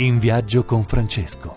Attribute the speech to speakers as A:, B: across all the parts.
A: In viaggio con Francesco.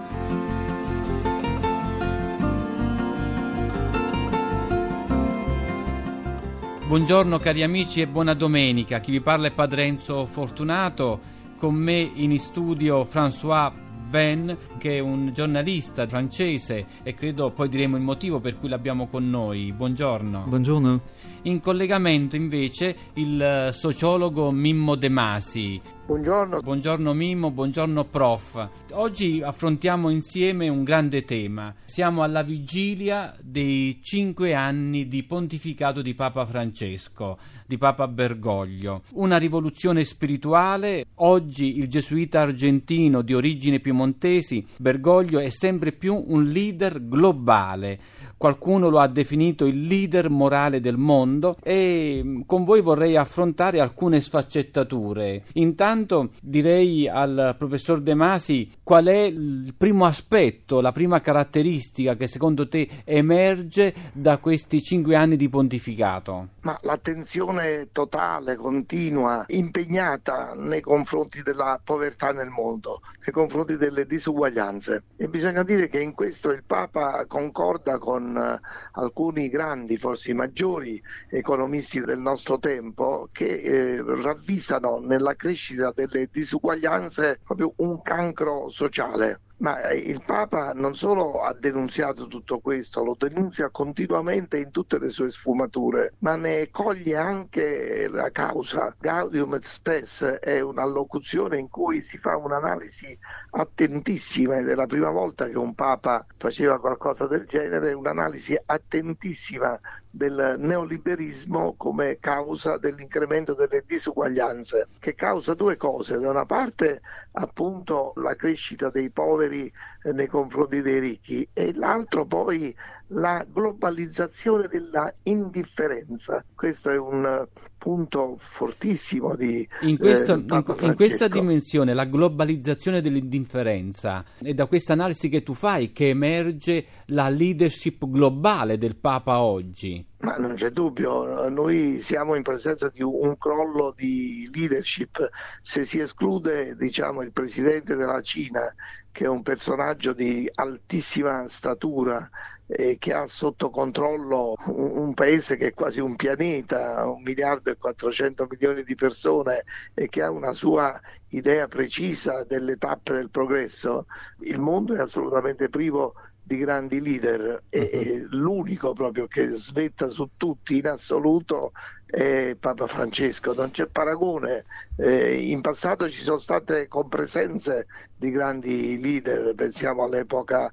B: Buongiorno cari amici e buona domenica. Chi vi parla è Padre Enzo Fortunato. Con me in studio François Venn, che è un giornalista francese e credo poi diremo il motivo per cui l'abbiamo con noi. Buongiorno.
C: Buongiorno.
B: In collegamento invece il sociologo Mimmo De Masi.
D: Buongiorno.
B: Buongiorno Mimmo, buongiorno prof. Oggi affrontiamo insieme un grande tema. Siamo alla vigilia dei 5 anni di pontificato di Papa Francesco, di Papa Bergoglio. Una rivoluzione spirituale. Oggi il gesuita argentino di origini piemontesi, Bergoglio, è sempre più un leader globale. Qualcuno lo ha definito il leader morale del mondo e con voi vorrei affrontare alcune sfaccettature. Intanto direi al professor De Masi qual è il primo aspetto, la prima caratteristica che secondo te emerge da questi 5 anni di pontificato.
D: Ma l'attenzione totale, continua, impegnata nei confronti della povertà nel mondo, nei confronti delle disuguaglianze. E bisogna dire che in questo il Papa concorda con alcuni grandi, forse i maggiori economisti del nostro tempo, che ravvisano nella crescita delle disuguaglianze proprio un cancro sociale. Ma il Papa non solo ha denunziato tutto questo, lo denunzia continuamente in tutte le sue sfumature, ma ne coglie anche la causa. Gaudium et Spes è un'allocuzione in cui si fa un'analisi attentissima, ed è la prima volta che un Papa faceva qualcosa del genere, un'analisi attentissima del neoliberismo come causa dell'incremento delle disuguaglianze, che causa due cose: da una parte appunto la crescita dei poveri nei confronti dei ricchi, e l'altro poi la globalizzazione della indifferenza. Questo è un punto fortissimo di
B: in questa dimensione, la globalizzazione dell'indifferenza, è da questa analisi che tu fai che emerge la leadership globale del Papa oggi.
D: Ma non c'è dubbio, noi siamo in presenza di un crollo di leadership. Se si esclude, diciamo, il presidente della Cina, che è un personaggio di altissima statura e che ha sotto controllo un paese che è quasi un pianeta, 1.400.000.000 di persone, e che ha una sua idea precisa delle tappe del progresso, il mondo è assolutamente privo di grandi leader e l'unico proprio che svetta su tutti in assoluto è Papa Francesco. Non c'è paragone. In passato ci sono state compresenze di grandi leader, pensiamo all'epoca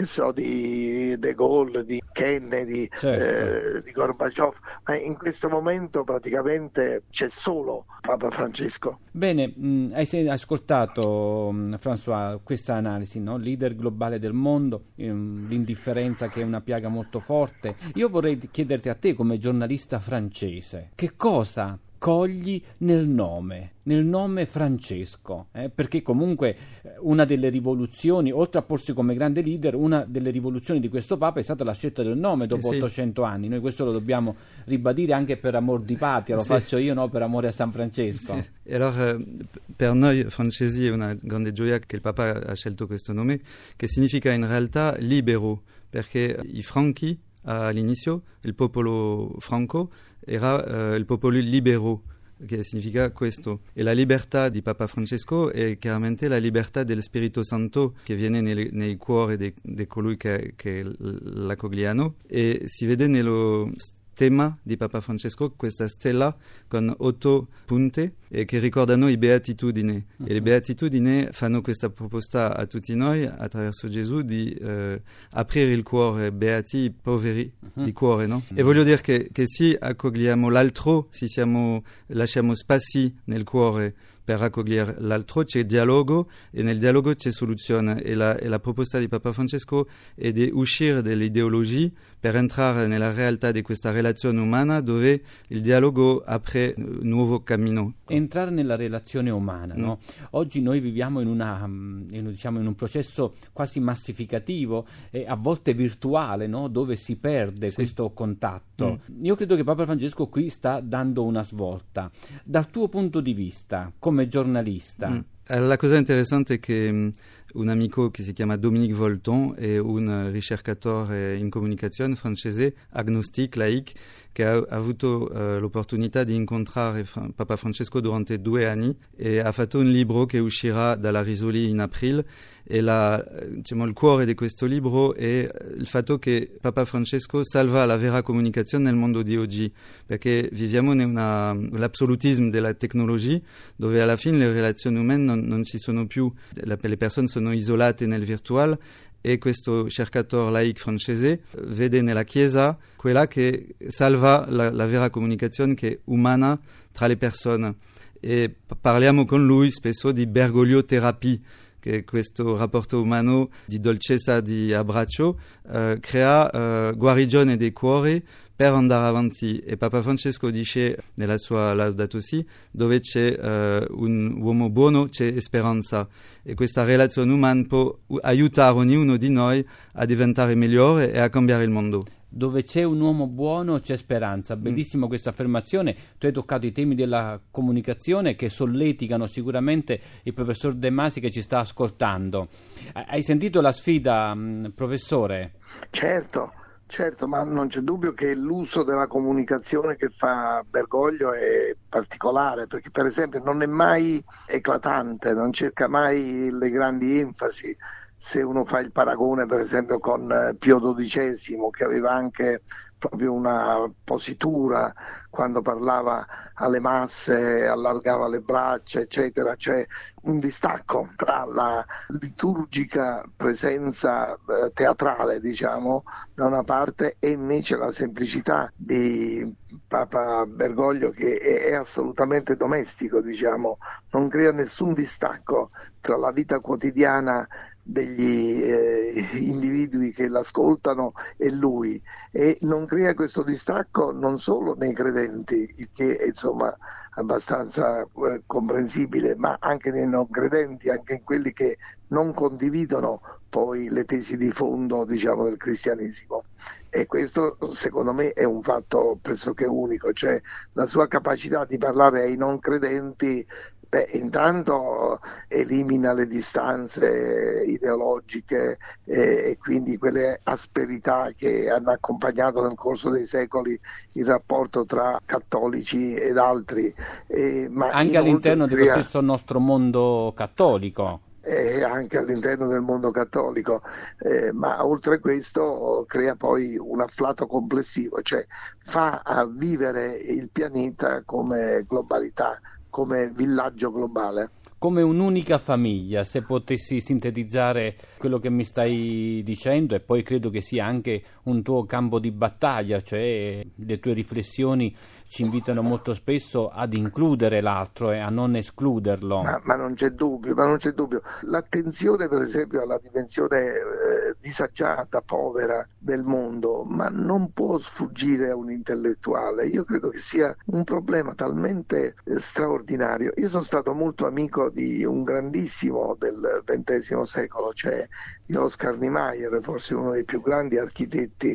D: di De Gaulle, di Kennedy, certo, di Gorbaciov, ma in questo momento praticamente c'è solo Papa Francesco.
B: Bene, hai ascoltato François questa analisi, no? Leader globale del mondo, l'indifferenza che è una piaga molto forte. Io vorrei chiederti a te come giornalista francese, che cosa cogli nel nome Francesco, perché comunque una delle rivoluzioni, oltre a porsi come grande leader, una delle rivoluzioni di questo Papa è stata la scelta del nome dopo 800 anni. Noi questo lo dobbiamo ribadire anche per amor di patria, lo faccio io, no, per amore a San Francesco.
C: Sì. E allora per noi francesi è una grande gioia che il Papa ha scelto questo nome, che significa in realtà libero, perché i franchi all'inizio, il popolo franco era il popolo libero, che significa questo. E la libertà di Papa Francesco è chiaramente la libertà dello Spirito Santo che viene nei cuori di colui che l'accogliano, e si vede nello tema di Papa Francesco questa stella con 8 punte che ricordano i beatitudini, e le beatitudini fanno questa proposta a tutti noi attraverso Gesù di aprire il cuore, beati i poveri di cuore, no? E voglio dire che se accogliamo l'altro, se lasciamo spazi nel cuore per accogliere l'altro, c'è dialogo, e nel dialogo c'è soluzione, e la proposta di Papa Francesco è di uscire dalle ideologie per entrare nella realtà di questa relazione umana dove il dialogo apre un nuovo cammino.
B: Entrare nella relazione umana, no? Oggi noi viviamo in un processo quasi massificativo e a volte virtuale, no? Dove si perde questo contatto. Io credo che Papa Francesco qui sta dando una svolta. Dal tuo punto di vista, come giornalista,
C: La cosa interessante è che un amico che si chiama Dominique Volton è un ricercatore in comunicazione francese, agnostic, laïc, che ha avuto l'opportunità di incontrare Papa Francesco durante 2 anni e ha fatto un libro che uscirà dalla Risoli in aprile e il cuore di questo libro è il fatto che Papa Francesco salva la vera comunicazione nel mondo di oggi, perché viviamo in l'assolutismo della tecnologia dove alla fine le relazioni umane non ci sono più, le persone sono isolate nel virtuale e questo cercatore laic francese vede nella Chiesa quella che salva la vera comunicazione che è umana tra le persone e parliamo con lui spesso di bergoglioterapia, che è questo rapporto umano di dolcezza, di abbraccio, crea guarigione dei cuori per andare avanti. E Papa Francesco dice nella sua Laudato Si, dove c'è un uomo buono c'è speranza, e questa relazione umana può aiutare ognuno di noi a diventare migliore e a cambiare il mondo.
B: Dove c'è un uomo buono c'è speranza. Bellissima questa affermazione. Tu hai toccato i temi della comunicazione che solleticano sicuramente il professor De Masi che ci sta ascoltando. Hai sentito la sfida, professore?
D: Certo, ma non c'è dubbio che l'uso della comunicazione che fa Bergoglio è particolare, perché per esempio non è mai eclatante, non cerca mai le grandi enfasi. Se uno fa il paragone per esempio con Pio XII, che aveva anche proprio una positura quando parlava alle masse, allargava le braccia, eccetera, c'è un distacco tra la liturgica presenza teatrale, diciamo, da una parte, e invece la semplicità di Papa Bergoglio, che è assolutamente domestico, diciamo, non crea nessun distacco tra la vita quotidiana degli individui che l'ascoltano e lui, e non crea questo distacco non solo nei credenti, il che è insomma abbastanza comprensibile, ma anche nei non credenti, anche in quelli che non condividono poi le tesi di fondo, diciamo, del cristianesimo. E questo secondo me è un fatto pressoché unico, cioè la sua capacità di parlare ai non credenti. Intanto elimina le distanze ideologiche e quindi quelle asperità che hanno accompagnato nel corso dei secoli il rapporto tra cattolici ed altri. Ma
B: anche all'interno dello stesso nostro mondo cattolico.
D: Anche all'interno del mondo cattolico, ma oltre questo crea poi un afflato complessivo, cioè fa vivere il pianeta come globalità, come villaggio globale.
B: Come un'unica famiglia, se potessi sintetizzare quello che mi stai dicendo, e poi credo che sia anche un tuo campo di battaglia, cioè le tue riflessioni ci invitano molto spesso ad includere l'altro e a non escluderlo.
D: Ma non c'è dubbio, L'attenzione per esempio alla dimensione disagiata, povera del mondo, ma non può sfuggire a un intellettuale. Io credo che sia un problema talmente straordinario. Io sono stato molto amico di un grandissimo del XX secolo, cioè di Oscar Niemeyer, forse uno dei più grandi architetti,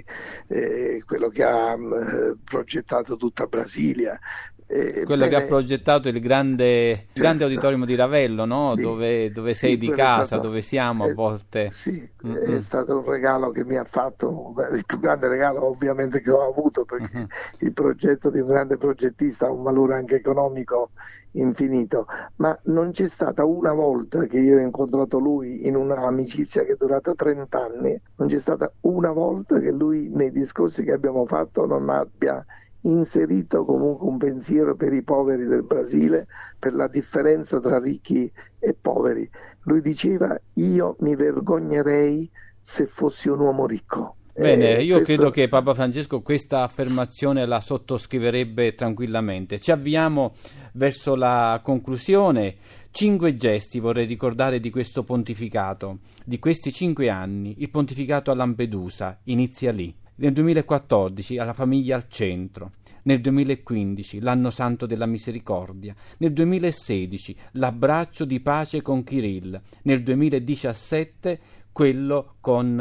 D: quello che ha progettato tutta Brasilia.
B: Quello che ha progettato il grande auditorium di Ravello, no?
D: Sì,
B: dove sei di casa, dove siamo a volte.
D: Sì, è stato un regalo che mi ha fatto, il più grande regalo ovviamente che ho avuto, perché il progetto di un grande progettista ha un valore anche economico infinito, ma non c'è stata una volta che io ho incontrato lui in un'amicizia che è durata 30 anni, non c'è stata una volta che lui nei discorsi che abbiamo fatto non abbia inserito comunque un pensiero per i poveri del Brasile, per la differenza tra ricchi e poveri. Lui diceva: io mi vergognerei se fossi un uomo ricco.
B: Bene, io credo che Papa Francesco questa affermazione la sottoscriverebbe tranquillamente. Ci avviamo verso la conclusione. 5 gesti vorrei ricordare di questo pontificato, di questi 5 anni. Il pontificato a Lampedusa inizia lì. Nel 2014 la famiglia al centro, nel 2015 l'anno santo della misericordia, nel 2016 l'abbraccio di pace con Kirill, nel 2017 quello con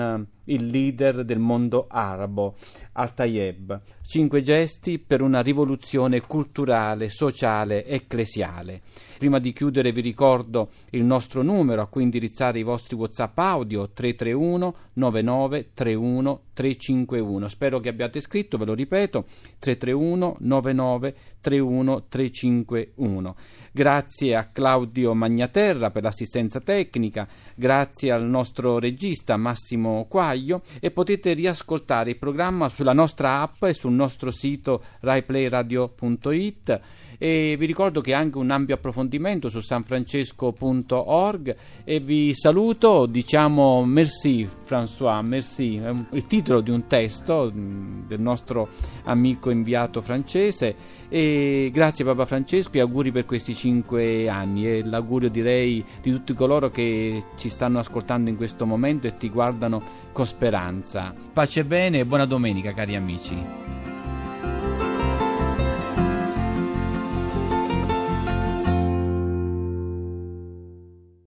B: il leader del mondo arabo, Al-Tayeb. 5 gesti per una rivoluzione culturale, sociale, ecclesiale. Prima di chiudere vi ricordo il nostro numero a cui indirizzare i vostri WhatsApp audio 331 99 31 351. Spero che abbiate scritto, ve lo ripeto, 331 99 31 351. Grazie a Claudio Magnaterra per l'assistenza tecnica, grazie al nostro regista Massimo Quaglio, e potete riascoltare il programma sulla nostra app e sul nostro sito raiplayradio.it. E vi ricordo che anche un ampio approfondimento su sanfrancesco.org, e vi saluto, diciamo merci François, merci, è il titolo di un testo del nostro amico inviato francese. E grazie Papa Francesco, e auguri per questi 5 anni, e l'augurio direi di tutti coloro che ci stanno ascoltando in questo momento e ti guardano con speranza. Pace e bene e buona domenica, cari amici.